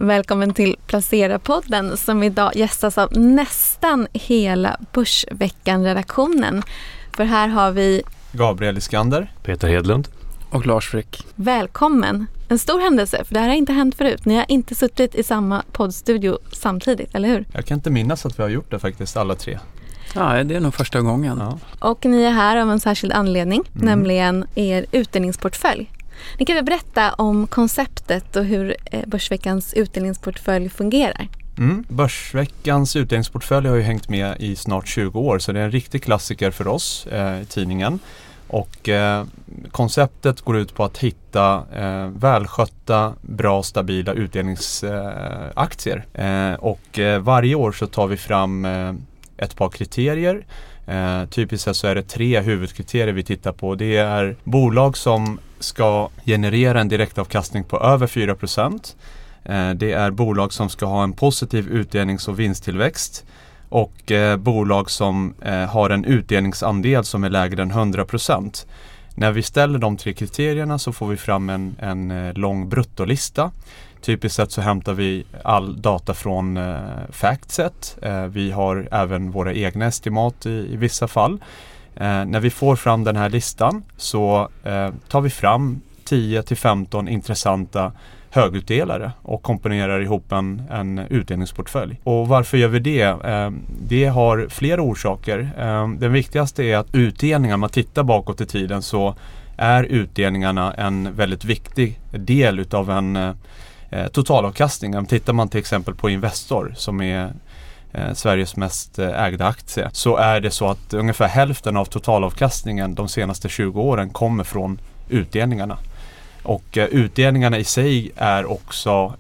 Välkommen till Placera-podden som idag gästas av nästan hela Börsveckan-redaktionen. För här har vi Gabriel Iskander, Peter Hedlund och Lars Frick. Välkommen. En stor händelse, för det här har inte hänt förut. Ni har inte suttit i samma poddstudio samtidigt, eller hur? Jag kan inte minnas att vi har gjort det faktiskt alla tre. Ja, det är nog första gången. Ja. Och ni är här av en särskild anledning, nämligen er utdelningsportfölj. Ni kan väl berätta om konceptet och hur Börsveckans utdelningsportfölj fungerar? Börsveckans utdelningsportfölj har ju hängt med i snart 20 år, så det är en riktig klassiker för oss i tidningen. Och konceptet går ut på att hitta välskötta, bra, stabila utdelningsaktier. Och varje år så tar vi fram ett par kriterier. Typiskt sett så är det 3 huvudkriterier vi tittar på. Det är bolag som ska generera en direktavkastning på över 4%. Det är bolag som ska ha en positiv utdelnings- och vinsttillväxt. Och bolag som har en utdelningsandel som är lägre än 100%. När vi ställer de 3 kriterierna så får vi fram en lång bruttolista. Typiskt sett så hämtar vi all data från FactSet. Vi har även våra egna estimat i vissa fall. När vi får fram den här listan så tar vi fram 10-15 intressanta högutdelare och komponerar ihop en utdelningsportfölj. Och varför gör vi det? Det har flera orsaker. Den viktigaste är att utdelningar, man tittar bakåt i tiden så är utdelningarna en väldigt viktig del utav en totalavkastning. Tittar man till exempel på Investor som är Sveriges mest ägda aktie, så är det så att ungefär hälften av totalavkastningen de senaste 20 åren kommer från utdelningarna. Och utdelningarna i sig är också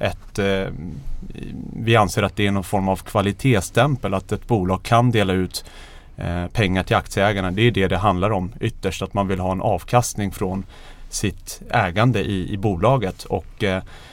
vi anser att det är någon form av kvalitetsstämpel, att ett bolag kan dela ut pengar till aktieägarna. Det är det handlar om ytterst, att man vill ha en avkastning från sitt ägande i bolaget. Och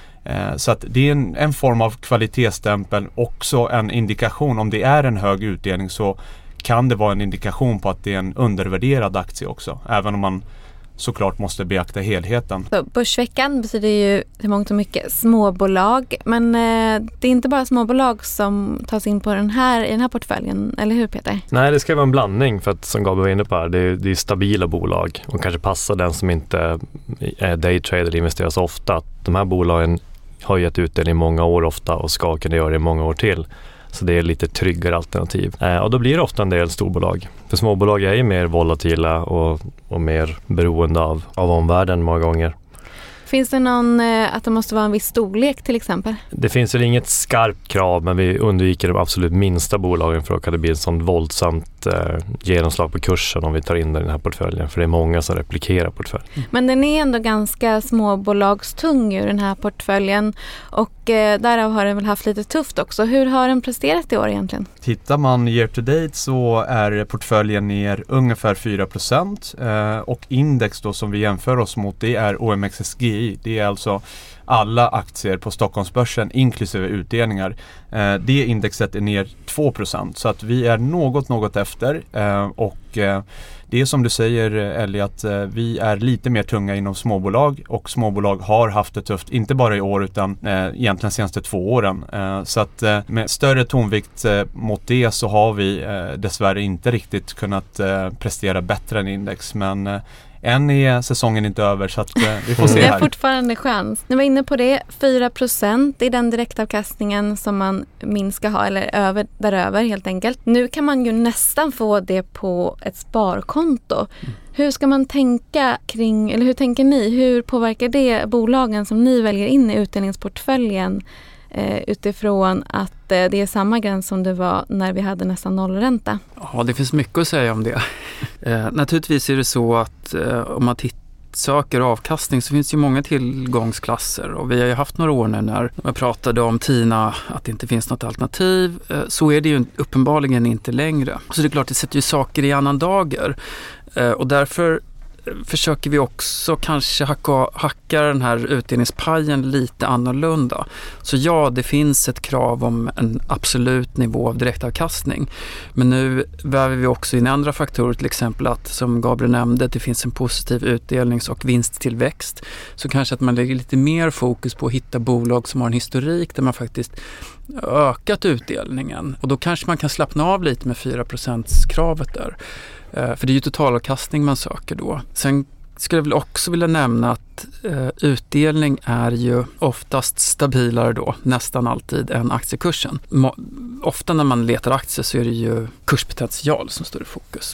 så att det är en form av kvalitetsstämpel, också en indikation. Om det är en hög utdelning så kan det vara en indikation på att det är en undervärderad aktie också, även om man såklart måste beakta helheten. Så Börsveckan betyder ju till mångt och mycket småbolag, men det är inte bara småbolag som tas in på i den här portföljen, eller hur Peter? Nej, det ska vara en blandning, för att som Gabriel var inne på här, det är stabila bolag och kanske passar den som inte är daytrader och investerar så ofta. Att de här bolagen har gett utdelning i många år ofta och ska kunna göra det i många år till. Så det är lite tryggare alternativ. Och då blir det ofta en del storbolag. För småbolag är ju mer volatila och mer beroende av omvärlden många gånger. Finns det någon att det måste vara en viss storlek till exempel? Det finns väl inget skarpt krav, men vi undviker de absolut minsta bolagen för att det blir ett sånt våldsamt genomslag på kursen om vi tar in den här portföljen. För det är många som replikerar portföljen. Men den är ändå ganska småbolagstung ur den här portföljen, och därav har den väl haft lite tufft också. Hur har den presterat i år egentligen? Tittar man year to date så är portföljen ner ungefär 4%. Och index då som vi jämför oss mot, det är OMXSGI. Det är alltså alla aktier på Stockholmsbörsen inklusive utdelningar. Det indexet är ner 2%, så att vi är något efter. Och det är som du säger, Ellie, att vi är lite mer tunga inom småbolag, och småbolag har haft det tufft, inte bara i år utan egentligen senaste 2 åren. Så att med större tonvikt mot det så har vi dessvärre inte riktigt kunnat prestera bättre än index, men än är säsongen inte över, så att vi får se här. Det är fortfarande chans. Ni var inne på det, 4% är den direktavkastningen som man minst ska ha, eller däröver helt enkelt. Nu kan man ju nästan få det på ett sparkonto. Hur ska man tänka kring, eller hur tänker ni? Hur påverkar det bolagen som ni väljer in i utdelningsportföljen utifrån att det är samma gräns som det var när vi hade nästan nollränta? Ja, det finns mycket att säga om det. Naturligtvis är det så att om man söker avkastning så finns det ju många tillgångsklasser, och vi har ju haft några år nu när man pratade om TINA, att det inte finns något alternativ. Så är det ju uppenbarligen inte längre. Så det är klart, det sätter ju saker i annan dager, och därför försöker vi också kanske hacka den här utdelningspajen lite annorlunda. Så ja, det finns ett krav om en absolut nivå av direktavkastning. Men nu väver vi också in andra faktorer, till exempel att, som Gabriel nämnde, det finns en positiv utdelnings- och vinsttillväxt. Så kanske att man lägger lite mer fokus på att hitta bolag som har en historik där man faktiskt ökat utdelningen. Och då kanske man kan slappna av lite med 4%-kravet där. För det är ju totalavkastning man söker då. Sen skulle jag väl också vilja nämna att utdelning är ju oftast stabilare då, nästan alltid, än aktiekursen. Ofta när man letar aktier så är det ju kurspotential som står i fokus.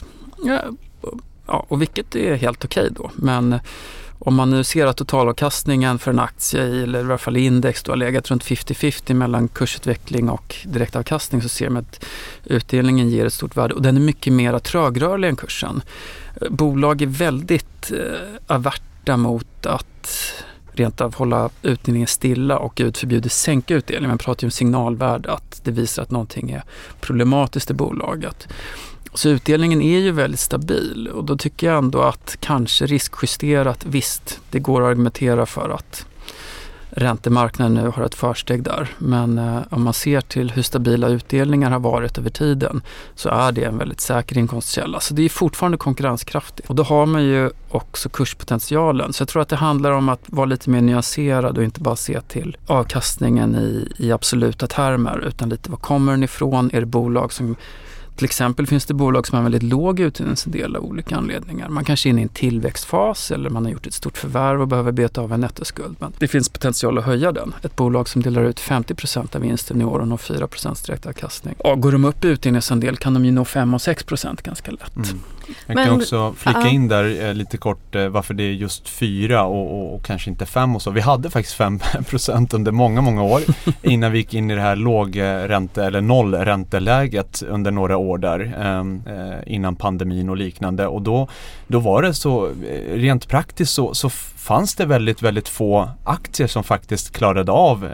Ja, och vilket är helt okej då. Men om man nu ser att totalavkastningen för en aktie eller i alla fall index då har legat runt 50-50 mellan kursutveckling och direktavkastning, så ser man att utdelningen ger ett stort värde och den är mycket mer trögrörlig än kursen. Bolag är väldigt averta mot att rent av hålla utdelningen stilla och utförbjuder sänka utdelningen. Man pratar ju om signalvärde, att det visar att någonting är problematiskt i bolaget. Så utdelningen är ju väldigt stabil och då tycker jag ändå att kanske riskjusterat, visst, det går att argumentera för att räntemarknaden nu har ett försteg där. Men om man ser till hur stabila utdelningar har varit över tiden så är det en väldigt säker inkomstkälla. Så det är fortfarande konkurrenskraftigt. Och då har man ju också kurspotentialen. Så jag tror att det handlar om att vara lite mer nyanserad och inte bara se till avkastningen i absoluta termer, utan lite vad kommer den ifrån? Är det bolag som... Till exempel finns det bolag som har väldigt låg utdelningsandel av olika anledningar. Man kanske är inne i en tillväxtfas eller man har gjort ett stort förvärv och behöver beta av en nettoskuld. Men det finns potential att höja den. Ett bolag som delar ut 50% av vinsten i år och når 4% direktavkastning. Ja, går de upp i utdelningsandel kan de ju nå 5-6% ganska lätt. Mm. Jag kan också flika in där lite kort varför det är just 4 och kanske inte 5 och så. Vi hade faktiskt 5% under många år innan vi gick in i det här lågränte- eller nollränteläget under några år där innan pandemin och liknande. Och då var det så, rent praktiskt så fanns det väldigt få aktier som faktiskt klarade av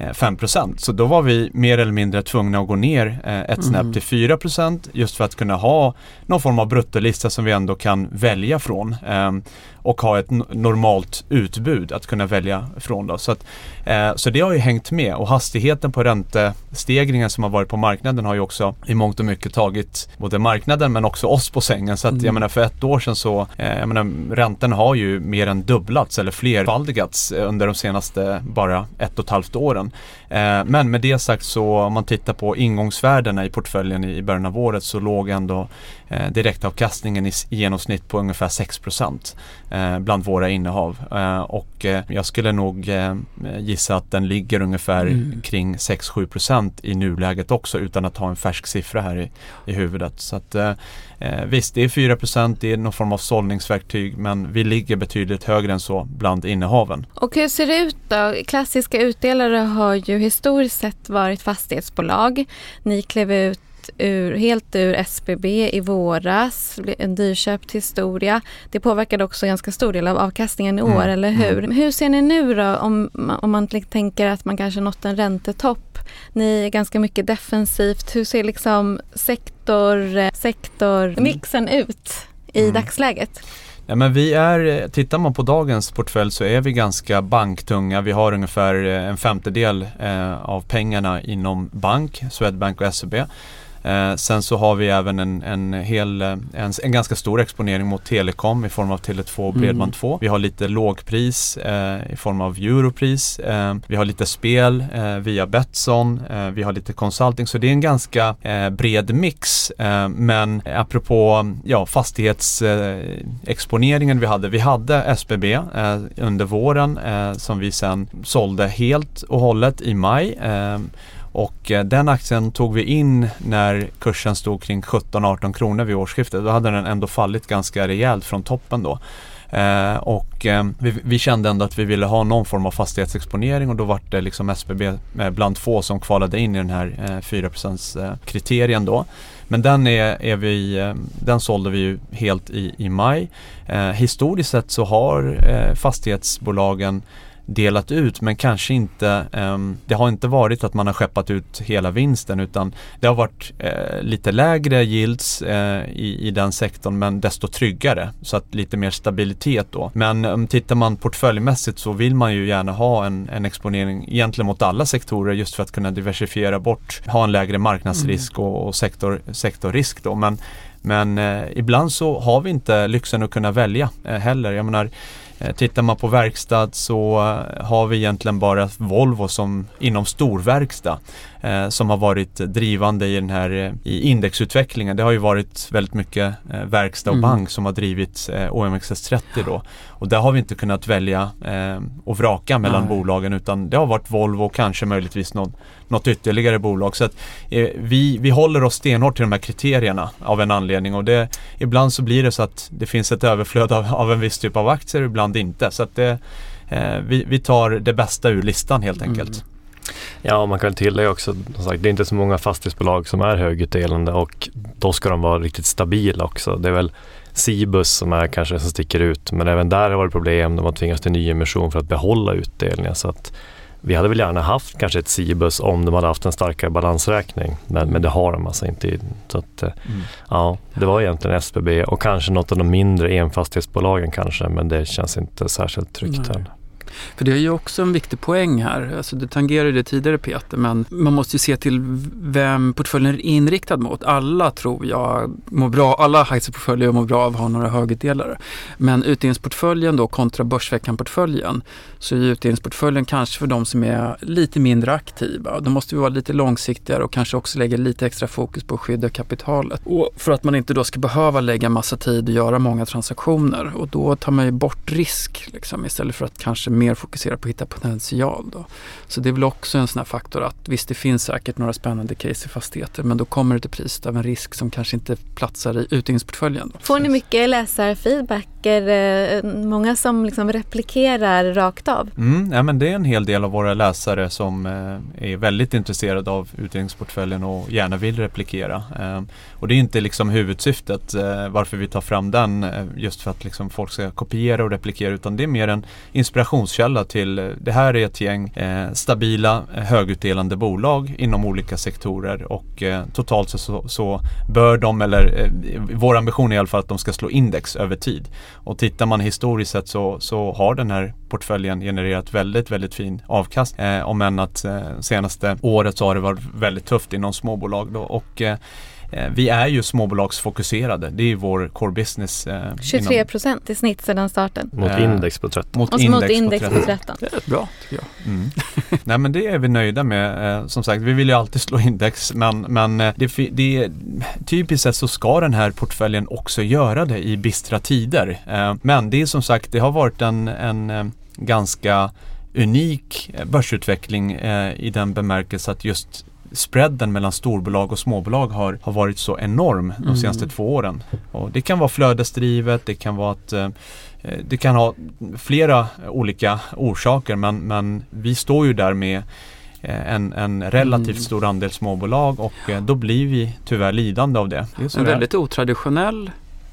5%. Så då var vi mer eller mindre tvungna att gå ner ett snäpp till 4% just för att kunna ha någon form av bruttolista som vi ändå kan välja från och ha ett normalt utbud att kunna välja från. Då. Så det har ju hängt med och hastigheten på räntestegringen som har varit på marknaden har ju också i mångt och mycket tagit både marknaden men också oss på sängen. Så att jag menar, för ett år sedan så räntan har ju mer än dubblats eller flerfaldigats under de senaste bara 1,5 åren. Men med det sagt så om man tittar på ingångsvärdena i portföljen i början av året så låg ändå direktavkastningen i genomsnitt på ungefär 6% bland våra innehav. Och jag skulle nog gissa att den ligger ungefär kring 6-7% i nuläget också utan att ha en färsk siffra här i huvudet. Så att visst, det är 4%, det är någon form av sållningsverktyg men vi ligger betydligt högre än så bland innehaven. Och hur ser det ut då? Klassiska utdelare har ju historiskt sett varit fastighetsbolag. Ni klev ut helt ur SBB i våras, en dyrköpt historia. Det påverkade också en ganska stor del av avkastningen i år, eller hur? Hur ser ni nu då om man tänker att man kanske nått en räntetopp? Ni är ganska mycket defensivt. Hur ser liksom sektormixen ut i dagsläget? Ja, men tittar man på dagens portfölj så är vi ganska banktunga. Vi har ungefär en femtedel av pengarna inom bank, Swedbank och SEB. Sen så har vi även en ganska stor exponering mot telekom i form av Tele2 och Bredband2. Vi har lite lågpris i form av europris. Vi har lite spel via Betsson. Vi har lite consulting. Så det är en ganska bred mix. Men apropå fastighetsexponeringen vi hade SBB under våren som vi sen sålde helt och hållet i maj. Och den aktien tog vi in när kursen stod kring 17-18 kronor vid årsskiftet. Då hade den ändå fallit ganska rejält från toppen då. Vi kände ändå att vi ville ha någon form av fastighetsexponering och då var det liksom SBB bland få som kvalade in i den här 4% kriterien då. Men den sålde vi ju helt i maj. Historiskt sett så har fastighetsbolagen delat ut, men kanske inte, det har inte varit att man har skeppat ut hela vinsten, utan det har varit lite lägre yields i den sektorn, men desto tryggare, så att lite mer stabilitet då. Men tittar man portföljmässigt så vill man ju gärna ha en exponering egentligen mot alla sektorer, just för att kunna diversifiera bort, ha en lägre marknadsrisk och sektorrisk då. Men ibland så har vi inte lyxen att kunna välja heller. Jag menar, tittar man på verkstad så har vi egentligen bara Volvo som inom storverkstad som har varit drivande i den här i indexutvecklingen. Det har ju varit väldigt mycket verkstad och bank som har drivit OMXS30 då. Och där har vi inte kunnat välja och vraka mellan bolagen, utan det har varit Volvo och kanske möjligtvis något ytterligare bolag. Så att vi håller oss stenhårt till de här kriterierna av en anledning, och ibland så blir det så att det finns ett överflöd av en viss typ av aktier, ibland inte. Så att vi tar det bästa ur listan helt enkelt. Ja, man kan tillägga också, som sagt, det är inte så många fastighetsbolag som är högutdelande, och då ska de vara riktigt stabila också. Det är väl Cibus som är kanske som sticker ut, men även där har det problem. De har tvingats till ny emission för att behålla utdelningen, så att vi hade väl gärna haft kanske ett Cibus om de hade haft en starkare balansräkning, men det har de alltså inte. Så att, ja, det var egentligen SBB och kanske något av de mindre enfastighetsbolagen kanske, men det känns inte särskilt tryggt än. För det är ju också en viktig poäng här. Alltså det tangerar det tidigare, Peter, men man måste ju se till vem portföljen är inriktad mot. Alla tror jag mår bra, alla aktieportföljer mår bra av att ha några högutdelare. Men utdelningsportföljen då kontra börsveckan-portföljen, så är utdelningsportföljen kanske för de som är lite mindre aktiva. Då måste vi vara lite långsiktigare och kanske också lägga lite extra fokus på att skydda kapitalet. Och för att man inte då ska behöva lägga massa tid och göra många transaktioner. Och då tar man ju bort risk liksom, istället för att kanske mer fokusera på att hitta potential då. Så det är väl också en sån här faktor att visst, det finns säkert några spännande case i fastigheter, men då kommer det till priset av en risk som kanske inte platsar i utdelningsportföljen då. Får ni mycket läsarfeedback? Många som liksom replikerar rakt av? Ja, men det är en hel del av våra läsare som är väldigt intresserade av utdelningsportföljen och gärna vill replikera. Och det är inte liksom huvudsyftet varför vi tar fram den, just för att liksom folk ska kopiera och replikera, utan det är mer en inspirationskälla till det här är ett gäng stabila högutdelande bolag inom olika sektorer, och totalt så bör de, eller vår ambition är i alla fall att de ska slå index över tid. Och tittar man historiskt sett så har den här portföljen genererat väldigt, väldigt fin avkastning. Om än att senaste året så har det varit väldigt tufft inom småbolag då, och vi är ju småbolagsfokuserade. Det är ju vår core business. 23% i snitt sedan starten. Mot index på 13. Mot index på 13. Det är rätt bra, tycker jag. Nej, men det är vi nöjda med. Som sagt, vi vill ju alltid slå index, men det typiskt sett så ska den här portföljen också göra det i bistra tider. Men det är som sagt, det har varit en ganska unik börsutveckling i den bemärkelse att just spreaden mellan storbolag och småbolag har varit så enorm de senaste 2 åren. Och det kan vara flödesdrivet, det kan vara att det kan ha flera olika orsaker, men vi står ju där med en relativt stor andel småbolag, och då blir vi tyvärr lidande av det. Det är en väldigt otraditionell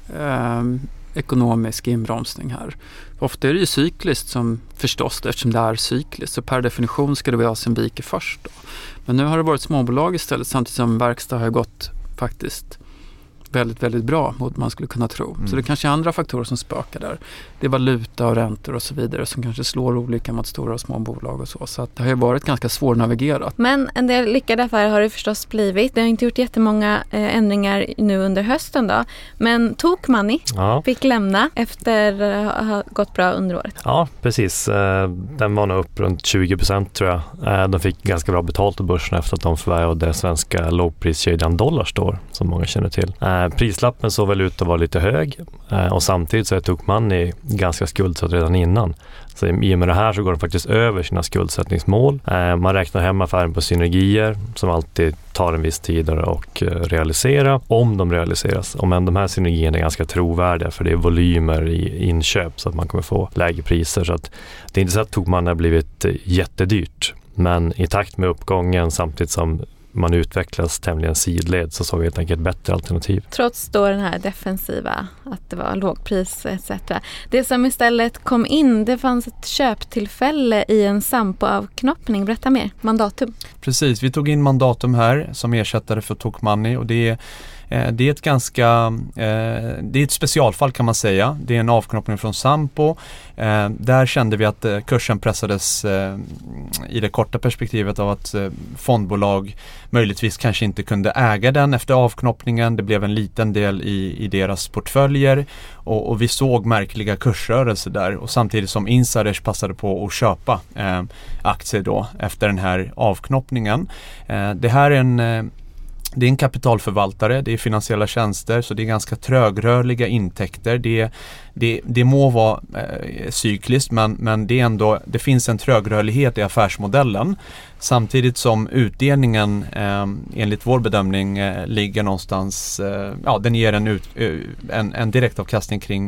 ekonomisk inbromsning här. Ofta är det ju cykliskt som förstås, eftersom det är cykliskt, så per definition ska det vara som viker först då. Men nu har det varit småbolag istället, samtidigt som verkstad har gått faktiskt väldigt, väldigt bra mot vad man skulle kunna tro. Så det kanske är andra faktorer som spökar där. Det är valuta och räntor och så vidare som kanske slår olika mot stora och små bolag och så. Så att det har ju varit ganska svårnavigerat. Men en del lyckade affärer har det förstås blivit. Det har inte gjort jättemånga ändringar nu under hösten då. Men Tokmanni fick lämna efter att ha gått bra under året. Ja, precis. Den var nog upp runt 20% tror jag. De fick ganska bra betalt på börsen efter att de förvärvade svenska lågpriskedjan Dollarstore, som många känner till. Prislappen såg väl ut att vara lite hög, och samtidigt så är Tokmanni ganska skuldsatt redan innan. Så i och med det här så går de faktiskt över sina skuldsättningsmål. Man räknar hem affären på synergier som alltid tar en viss tid att realisera, om de realiseras. Men de här synergierna är ganska trovärdiga, för det är volymer i inköp så att man kommer få lägre priser. Så att det är inte så att Tokmanni har blivit jättedyrt, men i takt med uppgången, samtidigt som man utvecklas tämligen sidled, så såg vi helt enkelt ett bättre alternativ. Trots då den här defensiva, att det var lågpris etc. Det som istället kom in, det fanns ett köptillfälle i en Sampo-avknoppning. Berätta mer. Mandatum. Precis, vi tog in Mandatum här som ersättare för Tokmanni, och det är ett det är ett specialfall kan man säga. Det är en avknoppning från Sampo. Där kände vi att kursen pressades i det korta perspektivet av att fondbolag möjligtvis kanske inte kunde äga den efter avknoppningen. Det blev en liten del i deras portföljer, och vi såg märkliga kursrörelser där, och samtidigt som insiders passade på att köpa aktier då efter den här avknoppningen. Det här är det är en kapitalförvaltare, det är finansiella tjänster, så det är ganska trögrörliga intäkter. Det må vara cykliskt, men det är ändå, det finns en trögrörlighet i affärsmodellen. Samtidigt som utdelningen enligt vår bedömning ligger någonstans, den ger en direktavkastning kring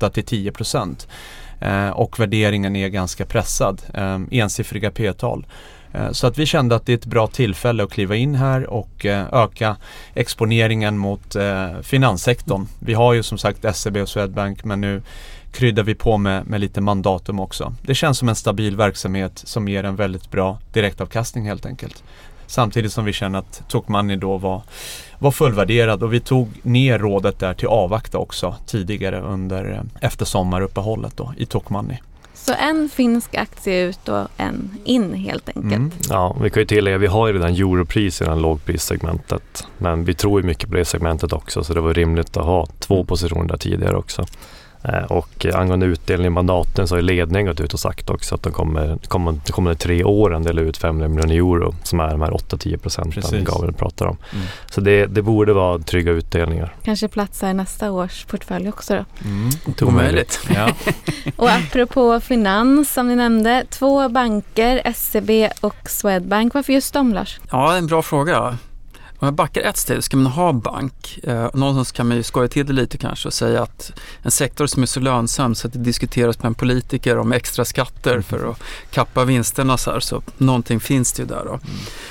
8-10%. Och värderingen är ganska pressad, ensiffriga p-tal. Så att vi kände att det är ett bra tillfälle att kliva in här och öka exponeringen mot finanssektorn. Vi har ju som sagt SEB och Swedbank, men nu kryddar vi på med lite Mandatum också. Det känns som en stabil verksamhet som ger en väldigt bra direktavkastning helt enkelt. Samtidigt som vi känner att Tokmanni då var fullvärderad, och vi tog ner rådet där till avvakta också tidigare efter sommaruppehållet då i Tokmanni. Så en finsk aktie ut och en in helt enkelt. Ja, vi kan ju tillägga, vi har ju redan europris i den lågprissegmentet, men vi tror ju mycket på det segmentet också, så det var rimligt att ha 2 positioner där tidigare också. Och angående utdelning i Mandaten så har ledningen gått ut och sagt också att de kommer 3 åren dela ut 500 miljoner euro, som är de här 8-10% Gabriel pratar om. Så det borde vara trygga utdelningar. Kanske platsar nästa års portfölj också då. Omöjligt. Ja. Och apropå finans som ni nämnde, 2 banker, SEB och Swedbank. Varför just dem, Lars? Ja, en bra fråga. Om jag backar ett steg, ska man ha bank. Någonstans kan man ju skoja till det lite kanske och säga att en sektor som är så lönsam så att det diskuteras bland politiker om extra skatter för att kappa vinsterna så någonting finns det ju där då.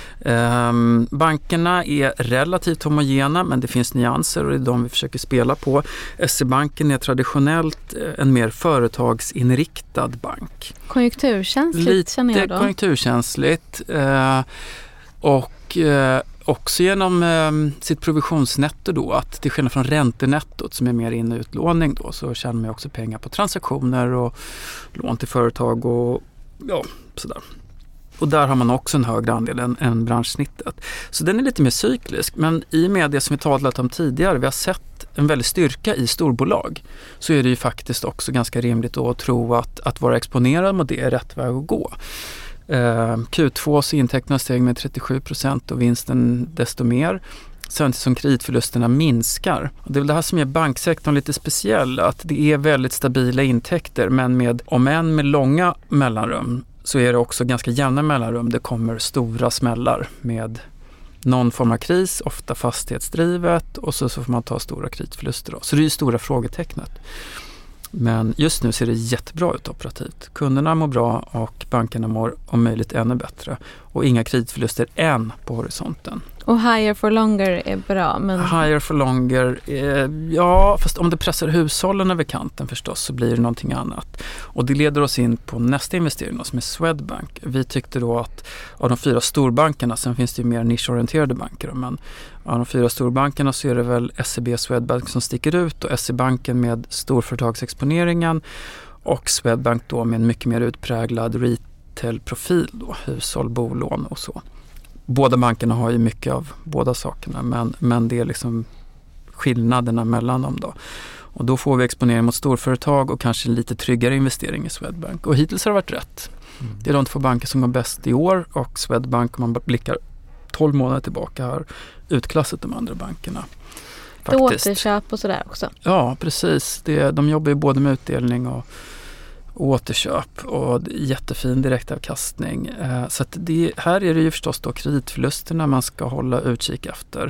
Bankerna är relativt homogena, men det finns nyanser och det är de vi försöker spela på. SE-banken är traditionellt en mer företagsinriktad bank. Konjunkturkänsligt känner jag då. Lite konjunkturkänsligt och också genom sitt provisionsnetto då, att till skillnad från räntenettot som är mer in- och utlåning då, så tjänar man också pengar på transaktioner och lån till företag och sådär. Och där har man också en högre andel än branschsnittet. Så den är lite mer cyklisk, men i och med det som vi talat om tidigare, vi har sett en väldig styrka i storbolag, så är det ju faktiskt också ganska rimligt att tro att vara exponerad mot det är rätt väg att gå. Q2 så intäkterna steg med 37% och vinsten desto mer, samtidigt som kreditförlusterna minskar. Och det är väl det här som gör banksektorn lite speciell, att det är väldigt stabila intäkter, men om än med långa mellanrum så är det också ganska jämna mellanrum. Det kommer stora smällar med någon form av kris, ofta fastighetsdrivet, och så får man ta stora kreditförluster då. Så det är ju stora frågetecknet. Men just nu ser det jättebra ut operativt. Kunderna mår bra och bankerna mår om möjligt ännu bättre. Och inga kreditförluster än på horisonten. Och higher for longer är bra. Men... Higher for longer, ja, fast om det pressar hushållen över kanten förstås så blir det någonting annat. Och det leder oss in på nästa investering som är Swedbank. Vi tyckte då att av de 4 storbankerna, sen finns det ju mer nischorienterade banker, men av de 4 storbankerna så är det väl SEB och Swedbank som sticker ut, och SE-banken med storföretagsexponeringen och Swedbank då med en mycket mer utpräglad retail-profil då, hushåll, bolån och så. Båda bankerna har ju mycket av båda sakerna, men det är liksom skillnaderna mellan dem då. Och då får vi exponering mot storföretag och kanske en lite tryggare investering i Swedbank. Och hittills har det varit rätt. Det är de 2 banker som går bäst i år, och Swedbank, om man blickar 12 månader tillbaka, har utklassat de andra bankerna. Återköp och sådär också. Ja, precis. De jobbar ju både med utdelning återköp och jättefin direktavkastning. Så att här är det ju förstås då kreditförlusterna man ska hålla utkik efter.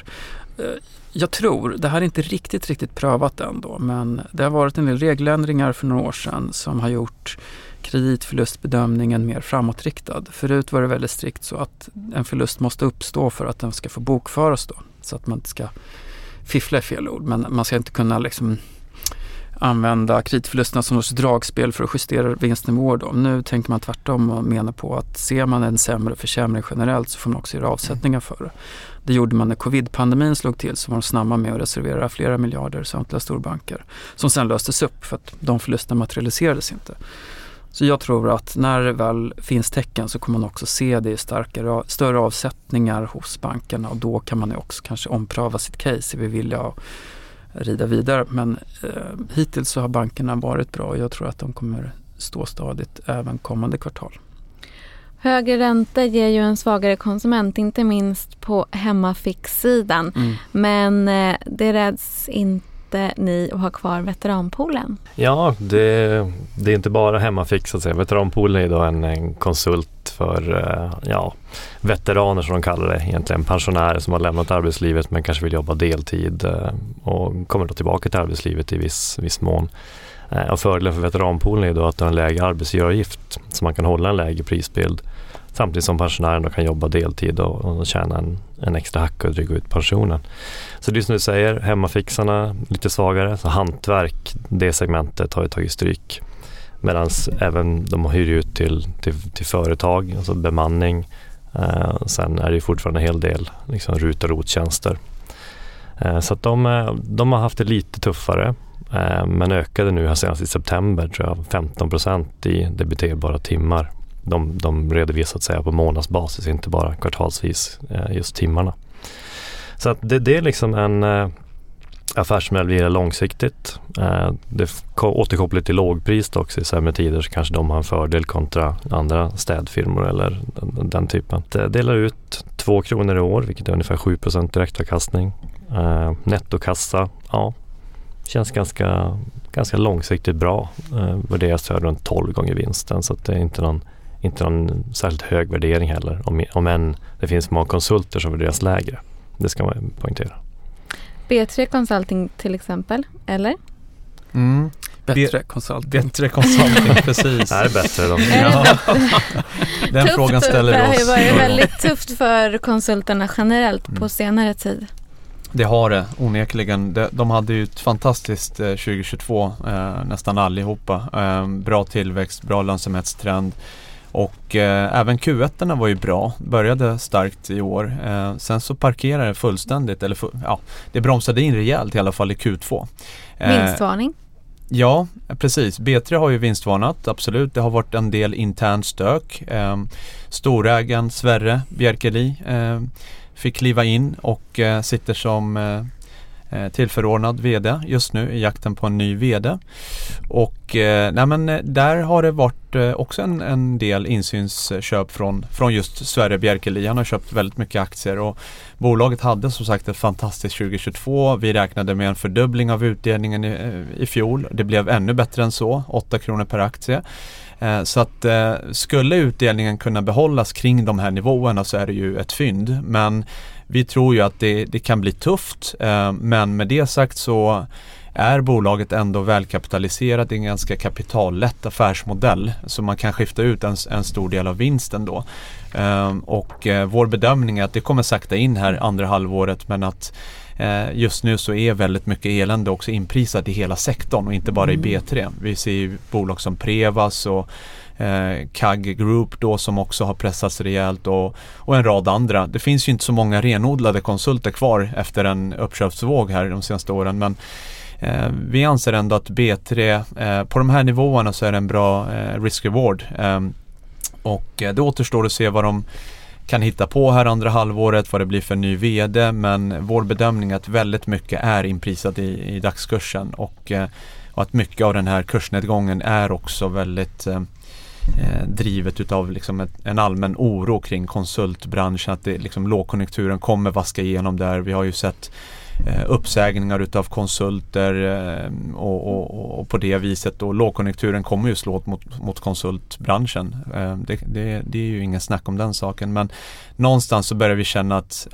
Jag tror, det här är inte riktigt prövat än då, men det har varit en del regeländringar för några år sedan som har gjort kreditförlustbedömningen mer framåtriktad. Förut var det väldigt strikt så att en förlust måste uppstå för att den ska få bokföras då. Så att man inte ska fiffla i fel ord, men man ska inte kunna liksom använda kreditförlusterna som något dragspel för att justera vinstnivåer då. Nu tänker man tvärtom och menar på att ser man en sämre försämring generellt så får man också göra avsättningar för det. Det gjorde man när covid-pandemin slog till, så var de snabba med att reservera flera miljarder samtliga storbanker som sen löstes upp för att de förlusterna materialiserades inte. Så jag tror att när det väl finns tecken så kommer man också se det i större avsättningar hos bankerna, och då kan man också kanske ompröva sitt case. Vi vill rida vidare, men hittills så har bankerna varit bra och jag tror att de kommer stå stadigt även kommande kvartal. Högre räntor ger ju en svagare konsument, inte minst på hemmafix-sidan. Men det räds inte ni att ha kvar veteranpoolen? Ja, det är inte bara hemmafix så att säga. Veteranpoolen är då en konsult för veteraner som de kallar det, egentligen pensionärer som har lämnat arbetslivet men kanske vill jobba deltid och kommer då tillbaka till arbetslivet i viss mån. Och fördelen för veteranpoolen är då att det är en lägre arbetsgivaravgift så man kan hålla en lägre prisbild samtidigt som pensionären då kan jobba deltid och tjäna en extra hacka och dryga ut pensionen. Så det är som du säger, hemmafixarna lite svagare, så hantverk, det segmentet har ju tagit stryk. Medan även de hyr ut till företag, alltså bemanning. Sen är det fortfarande en hel del liksom RUT- och ROT-tjänster. Så att de har haft det lite tuffare. Men ökade nu här senast i september tror jag 15% i debiterbara timmar. De redovisat sig på månadsbasis, inte bara kvartalsvis just timmarna. Så att det är liksom en affärsmodell vi är långsiktigt. Det återkopplar till lågpris också i sämre tider, så kanske de har en fördel kontra andra städfirmor eller den typen. Det delar ut 2 kronor i år, vilket är ungefär 7% direktavkastning. Nettokassa, känns ganska långsiktigt bra. Värderas så runt 12 gånger vinsten, så att det är inte någon särskilt hög värdering heller. Om än det finns många konsulter som värderas lägre. Det ska man poängtera. B3 Consulting till exempel, eller? Bättre consulting. Bättre consulting, precis. Det är bättre då. Den frågan ställer vi oss. Det har varit väldigt tufft för konsulterna generellt på senare tid. Det har det, onekligen. De hade ju ett fantastiskt 2022, nästan allihopa. Bra tillväxt, bra lönsamhetstrend. Och även Q1-erna var ju bra, började starkt i år. Sen så parkerade det fullständigt, det bromsade in rejält i alla fall i Q2. Vinstvarning? Ja, precis. B3 har ju vinstvarnat, absolut. Det har varit en del intern stök. Storägaren Sverre Bjerkeli fick kliva in och sitter som tillförordnad vd just nu i jakten på en ny vd. Och där har det varit också en del insynsköp från just Sverre Bjerkeli. Han har köpt väldigt mycket aktier och bolaget hade som sagt ett fantastiskt 2022. Vi räknade med en fördubbling av utdelningen i fjol. Det blev ännu bättre än så, 8 kronor per aktie. Så att skulle utdelningen kunna behållas kring de här nivåerna så är det ju ett fynd. Men vi tror ju att det kan bli tufft. Men med det sagt så är bolaget ändå välkapitaliserat i en ganska kapitallätt affärsmodell. Så man kan skifta ut en stor del av vinsten då. Och vår bedömning är att det kommer sakta in här andra halvåret, men att just nu så är väldigt mycket elände också inprisat i hela sektorn och inte bara i B3. Vi ser ju bolag som Prevas och CAG Group då som också har pressats rejält och en rad andra. Det finns ju inte så många renodlade konsulter kvar efter en uppköpsvåg här de senaste åren, men vi anser ändå att B3 på de här nivåerna så är det en bra risk-reward. Och det återstår att se vad de kan hitta på här andra halvåret, vad det blir för ny vd, men vår bedömning är att väldigt mycket är inprisat i dagskursen och att mycket av den här kursnedgången är också väldigt drivet utav liksom en allmän oro kring konsultbranschen, att det, liksom, lågkonjunkturen kommer vaska igenom där. Vi har ju sett uppsägningar utav konsulter och på det viset då lågkonjunkturen kommer ju slå mot konsultbranschen. Det är ju ingen snack om den saken, men någonstans så börjar vi känna att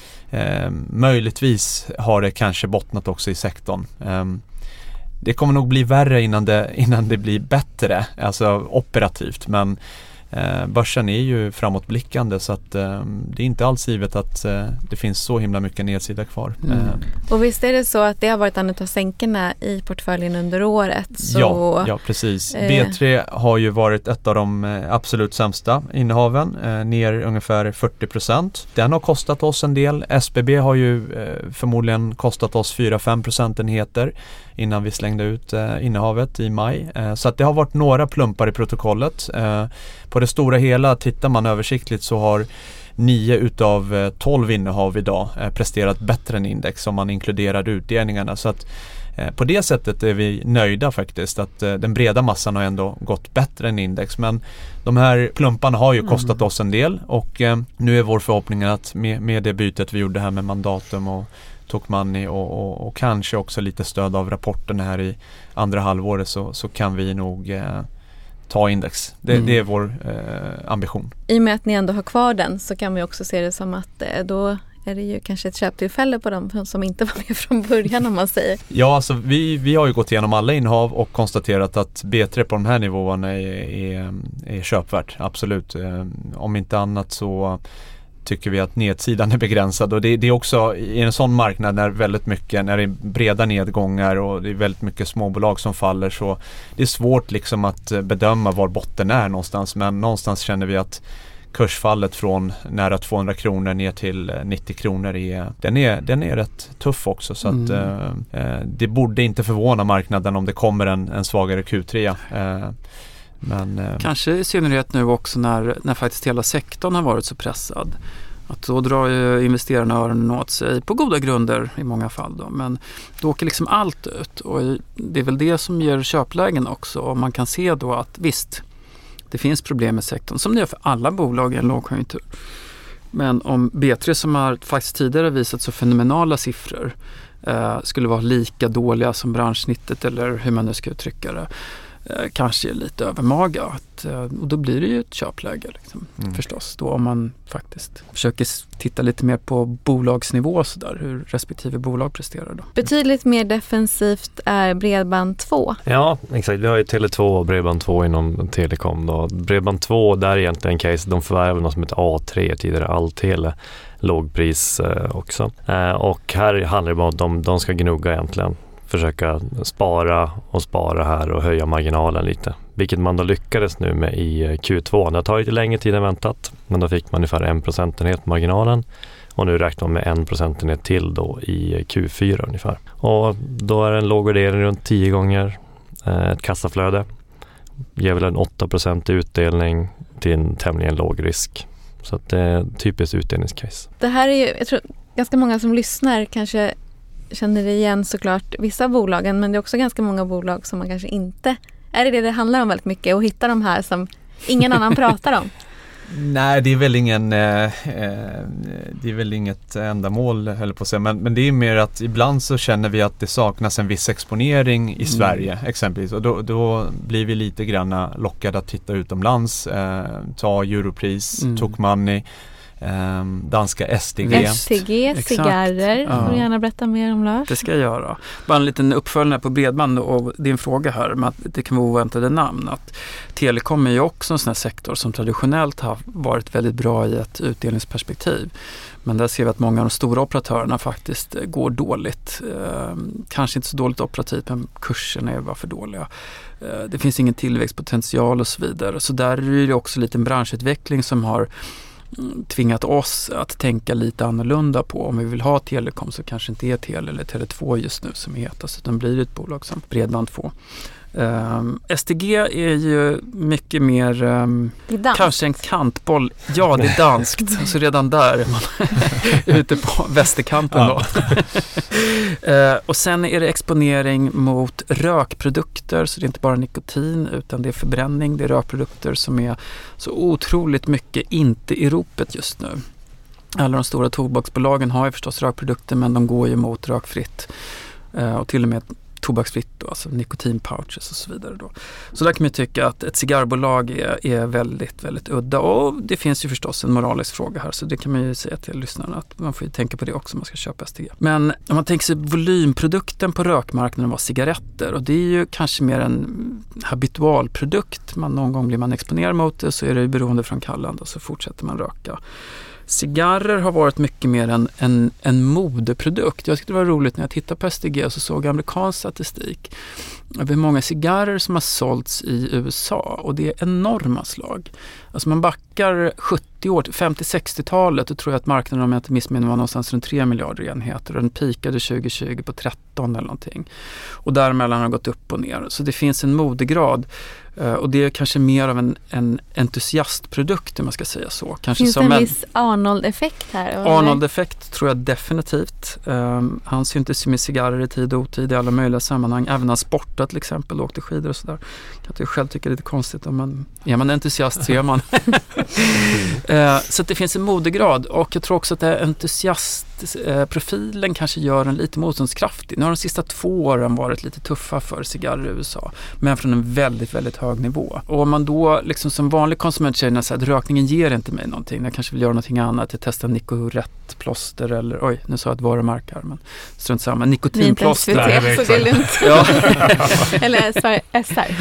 möjligtvis har det kanske bottnat också i sektorn. Det kommer nog bli värre innan det blir bättre, alltså operativt, men börsen är ju framåtblickande, så att det är inte alls givet att det finns så himla mycket nedsida kvar. Och visst är det så att det har varit en av sänkerna i portföljen under året? Så ja, precis. B3 har ju varit ett av de absolut sämsta innehaven, ner ungefär 40%. Den har kostat oss en del. SBB har ju förmodligen kostat oss 4-5 procentenheter innan vi slängde ut innehavet i maj. Så att det har varit några plumpar i protokollet. På det stora hela, tittar man översiktligt, så har 9 utav 12 innehav idag presterat bättre än index om man inkluderar utdelningarna. Så att på det sättet är vi nöjda faktiskt, att den breda massan har ändå gått bättre än index. Men de här plumparna har ju kostat oss en del, och nu är vår förhoppning att med det bytet vi gjorde här med Mandatum och Tokmanni och kanske också lite stöd av rapporten här i andra halvåret, så kan vi nog ta index. Det är vår ambition. I och med att ni ändå har kvar den, så kan man ju också se det som att då är det ju kanske ett köptillfälle på dem som inte var med från början, om man säger. Ja, alltså vi har ju gått igenom alla innehav och konstaterat att B3 på de här nivåerna är köpvärt, absolut. Om inte annat så tycker vi att nedsidan är begränsad, och det är också i en sån marknad när det är breda nedgångar och det är väldigt mycket småbolag som faller, så det är svårt liksom att bedöma var botten är någonstans, men någonstans känner vi att kursfallet från nära 200 kronor ner till 90 kronor den är rätt tuff också, så att det borde inte förvåna marknaden om det kommer en svagare Q3. Men, kanske i synnerhet nu också när faktiskt hela sektorn har varit så pressad. Att då drar ju investerarna öronen åt sig på goda grunder i många fall då. Men då åker liksom allt ut, och det är väl det som ger köplägen också. Och man kan se då att visst, det finns problem med sektorn som det gör för alla bolag i en lågkonjunktur. Men om B3, som har faktiskt tidigare visat så fenomenala siffror, skulle vara lika dåliga som branschsnittet, eller hur man nu ska uttrycka det, kanske är lite övermaga, och då blir det ju ett köpläge liksom, förstås då, om man faktiskt försöker titta lite mer på bolagsnivå så där, hur respektive bolag presterar då. Betydligt mer defensivt är Bredband2. Ja, exakt. Vi har ju Tele2 och Bredband2 inom Telekom då. Bredband2, där är egentligen en case, de förvärvar något som heter A3, tidigare Alltele, lågpris också. Och här handlar det bara om att de ska gnugga egentligen. Försöka spara här och höja marginalen lite. Vilket man då lyckades nu med i Q2. Det har tagit lite längre tid än väntat, men då fick man ungefär 1 procentenhet marginalen. Och nu räknar man med 1 procentenhet till då i Q4 ungefär. Och då är en låg värdering runt 10 gånger ett kassaflöde. Ger väl en 8% utdelning till en tämligen låg risk. Så att det är typiskt utdelningscase. Det här är ju, jag tror ganska många som lyssnar kanske känner det igen såklart vissa bolagen, men det är också ganska många bolag som man kanske inte... Är det handlar om väldigt mycket, att hitta de här som ingen annan pratar om? Nej, det är väl inget ändamål, höll på att säga. Men det är mer att ibland så känner vi att det saknas en viss exponering i Sverige exempelvis. Och då blir vi lite grann lockade att titta utomlands. Ta Europris, Tokmanni, danska STG. STG, cigarrer. Får du gärna berätta mer om, Lars? Det ska jag göra. Bara en liten uppföljning på bredband och din fråga här med att det kan vara oväntade namn. Att telekom är ju också en sån här sektor som traditionellt har varit väldigt bra i ett utdelningsperspektiv. Men där ser vi att många av de stora operatörerna faktiskt går dåligt. Kanske inte så dåligt operativt, men kurserna är bara för dåliga. Det finns ingen tillväxtpotential och så vidare. Så där är det också lite en branschutveckling som har tvingat oss att tänka lite annorlunda på om vi vill ha telekom, så kanske inte är Tele eller Tele2 just nu som är hetast, utan blir det ett bolag som Bredband2. STG är ju mycket mer kanske en kantboll. Ja, det är danskt. Så redan där är man ute på västerkanten då. Och sen är det exponering mot rökprodukter, så det är inte bara nikotin utan det är förbränning, det är rökprodukter som är så otroligt mycket inte i ropet just nu. Alla de stora tobaksbolagen har ju förstås rökprodukter, men de går ju mot rökfritt och till och med tobaksfritt då, alltså nikotinpouches och så vidare då. Så där kan man tycka att ett cigarrbolag är väldigt, väldigt udda, och det finns ju förstås en moralisk fråga här, så det kan man ju säga till lyssnarna att man får ju tänka på det också om man ska köpa STG. Men om man tänker sig volymprodukten på rökmarknaden var cigaretter, och det är ju kanske mer en habitualprodukt. Någon gång blir man exponerad mot det, så är det ju beroendeframkallande och så fortsätter man röka. Cigarrer har varit mycket mer en modeprodukt. Jag tyckte det var roligt när jag tittade på STG och så såg amerikansk statistik över hur många cigarrer som har sålts i USA, och det är enorma slag. Alltså man backar 70 år, 50-60-talet, och tror jag att marknaden, om jag inte missminner, var någonstans runt 3 miljarder enheter, och den pikade 2020 på 13 eller någonting. Och däremellan har gått upp och ner. Så det finns en modegrad, och det är kanske mer av en entusiastprodukt, om man ska säga så. Kanske finns som en viss Arnold-effekt här? Eller? Arnold-effekt tror jag definitivt. Han syntes med cigarrer i tid och otid i alla möjliga sammanhang. Även han sportat till exempel, åkte skidor och sådär. Jag själv tycker det är lite konstigt, om är man entusiast ser man. Så att det finns en modegrad, och jag tror också att det entusiastprofilen kanske gör en lite motståndskraftig. Nu har de sista 2 åren varit lite tuffa för cigarrer i USA, men från en väldigt, väldigt hög nivå. Och om man då liksom som vanlig konsument känner så att rökningen ger inte mig någonting, jag kanske vill göra någonting annat, jag testar Nicorette-plåster eller, nu sa jag ett varumärke här, men strunt samma, nikotinplåster. Så det är lugnt. Ja. Eller SR.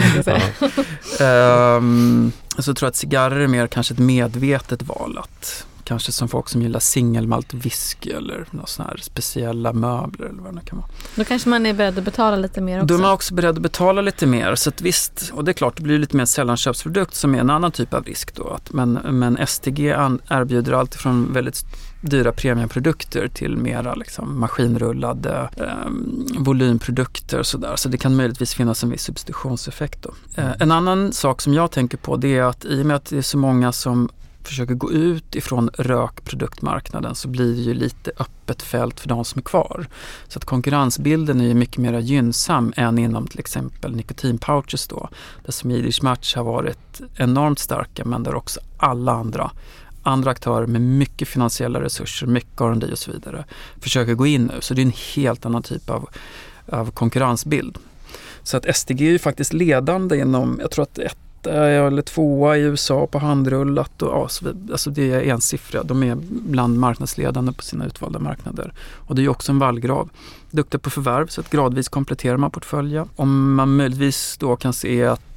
Så tror jag att cigarrer är mer kanske ett medvetet val, att kanske som folk som gillar singelmalt whisky eller några sådana här speciella möbler eller vad det kan vara. Då kanske man är beredd att betala lite mer också. Då är man också beredd att betala lite mer, så att visst, och det är klart, det blir lite mer sällanköpsprodukt som är en annan typ av risk då. Men STG erbjuder allt från väldigt dyra premiumprodukter till mera liksom maskinrullade volymprodukter och sådär. Så det kan möjligtvis finnas en viss substitutionseffekt då. En annan sak som jag tänker på, det är att i och med att det är så många som försöker gå ut ifrån rökproduktmarknaden, så blir det ju lite öppet fält för de som är kvar. Så att konkurrensbilden är ju mycket mer gynnsam än inom till exempel nikotinpouches då. Där Swedish Match har varit enormt starka, men där också alla andra aktörer med mycket finansiella resurser, mycket R&D och så vidare försöker gå in nu. Så det är en helt annan typ av konkurrensbild. Så att STG är ju faktiskt ledande inom, jag tror att eller 2 i USA på handrullat och alltså det är ensiffriga. De är bland marknadsledande på sina utvalda marknader. Och det är ju också en vallgrav. Duktig på förvärv, så att gradvis kompletterar man portföljen. Om man möjligtvis då kan se att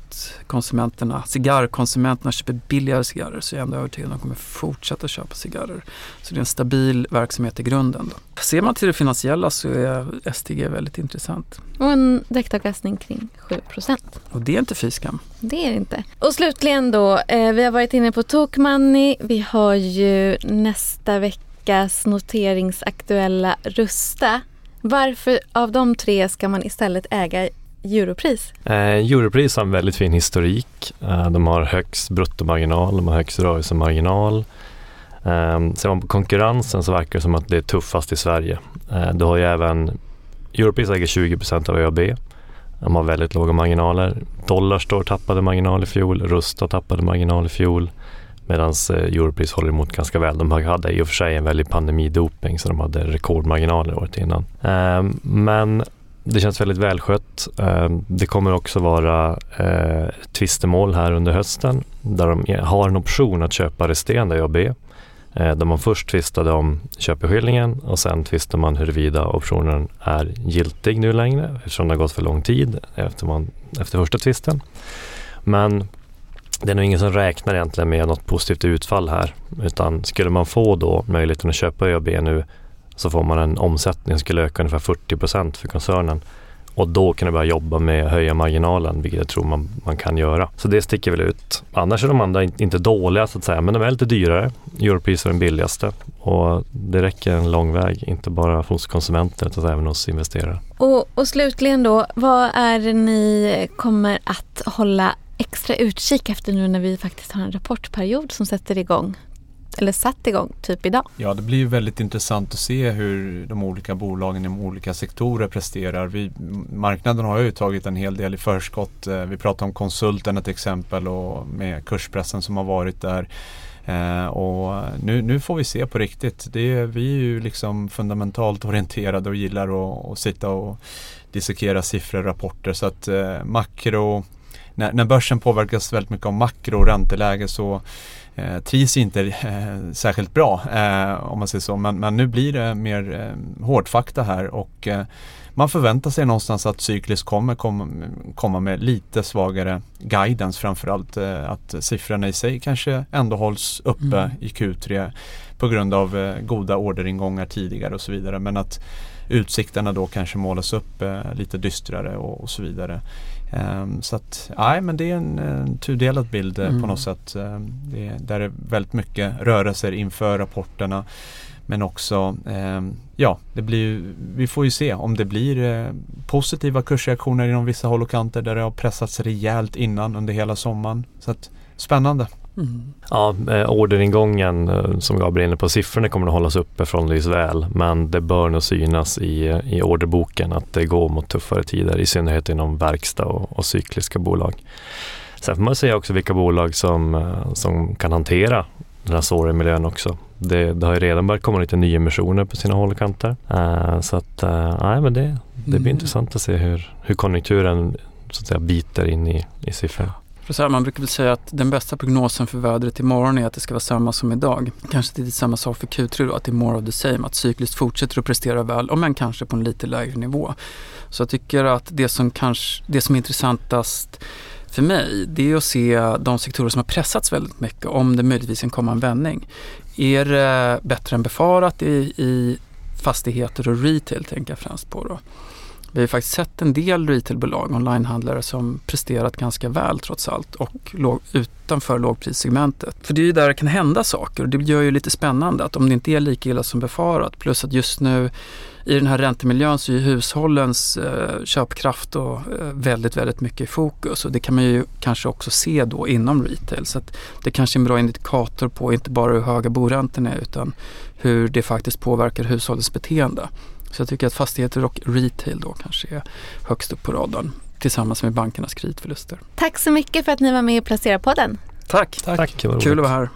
cigarrkonsumenterna köper billigare cigarrer, så är jag ändå övertygad att de kommer fortsätta köpa cigarrer. Så det är en stabil verksamhet i grunden då. Ser man till det finansiella så är STG väldigt intressant. Och en direktavkastning kring 7%. Och det är inte fiskam. Det är det inte. Och slutligen då, vi har varit inne på Tokmanni. Vi har ju nästa veckas noteringsaktuella Rusta. Varför av de 3 ska man istället äga Europris? Europris har en väldigt fin historik. De har högst bruttomarginal, de har högst rörelsemarginal. Ser man på konkurrensen så verkar det som att det är tuffast i Sverige. Du har ju även Europris äger 20% av ÖoB. De har väldigt låga marginaler. Dollarstore tappade marginal i fjol, Rusta tappade marginal i fjol, medan Europris håller emot ganska väl. De hade i och för sig en väldigt pandemidoping, så de hade rekordmarginaler året innan. Men det känns väldigt välskött. Det kommer också vara tvistemål här under hösten, där de har en option att köpa resterande ÖoB. Där man först tvistade om köpeskillingen, och sen tvistar man huruvida optionen är giltig nu längre, eftersom det har gått för lång tid efter första tvisten. Men det är nog ingen som räknar egentligen med något positivt utfall här, utan skulle man få då möjligheten att köpa ÖoB nu, så får man en omsättning som skulle öka ungefär 40% för koncernen. Och då kan du börja jobba med att höja marginalen, vilket jag tror man kan göra. Så det sticker väl ut. Annars är de andra inte dåliga så att säga, men de är lite dyrare. Europris är den billigaste. Och det räcker en lång väg, inte bara hos konsumenter utan även hos investerare. Och slutligen då, vad är det ni kommer att hålla extra utkik efter nu när vi faktiskt har en rapportperiod som sätter igång? Eller satt igång typ idag? Ja, det blir ju väldigt intressant att se hur de olika bolagen i de olika sektorer presterar. Marknaden har ju tagit en hel del i förskott. Vi pratar om konsulten ett exempel, och med kurspressen som har varit där. Och nu får vi se på riktigt. Vi är ju liksom fundamentalt orienterade och gillar att sitta och dissekera siffror och rapporter. Så att makro, när börsen påverkas väldigt mycket av makro och ränteläge så trivs inte särskilt bra om man säger så. Men nu blir det mer hårdfakta här och man förväntar sig någonstans att cykliskt kommer komma med lite svagare guidance, framförallt att siffrorna i sig kanske ändå hålls uppe i Q3 på grund av goda orderingångar tidigare och så vidare, men att utsikterna då kanske målas upp lite dystrare och så vidare. Så att, men det är en tudelad bild på något sätt. Där är väldigt mycket rörelser inför rapporterna. Men också, vi får ju se om det blir positiva kursreaktioner inom vissa håll och kanter där det har pressats rejält innan under hela sommaren. Så att, spännande. Ja, orderingången som Gabriel är inne på, siffrorna kommer att hållas uppe förhållandevis väl, men det bör nog synas i orderboken att det går mot tuffare tider, i synnerhet inom verkstad och cykliska bolag. Sen får man säga också vilka bolag som kan hantera den här svåra miljön också. Det har ju redan börjat komma lite nyemissioner på sina håll och kanter. Så att, men det blir intressant att se hur konjunkturen så att säga biter in i siffror. Man brukar väl säga att den bästa prognosen för vädret imorgon är att det ska vara samma som idag. Kanske inte samma sak för Q3 då, att det är more of the same, att cykliskt fortsätter att prestera väl, men kanske på en lite lägre nivå. Så jag tycker att det som är intressantast för mig, det är att se de sektorer som har pressats väldigt mycket, om det möjligtvis kan komma en vändning. Är det bättre än befarat i fastigheter och retail, tänker jag främst på då. Vi har faktiskt sett en del retailbolag, onlinehandlare, som presterat ganska väl trots allt och utanför lågprissegmentet. För det är ju där det kan hända saker och det gör ju lite spännande att om det inte är lika illa som befarat, plus att just nu i den här räntemiljön så är hushållens köpkraft och väldigt, väldigt mycket i fokus, och det kan man ju kanske också se då inom retail, så att det kanske är en bra indikator på inte bara hur höga boräntorna är utan hur det faktiskt påverkar hushållens beteende. Så jag tycker att fastigheter och retail då kanske är högst upp på radarn tillsammans med bankernas kreditförluster. Tack så mycket för att ni var med i Placera-podden. Tack. Kul att vara här.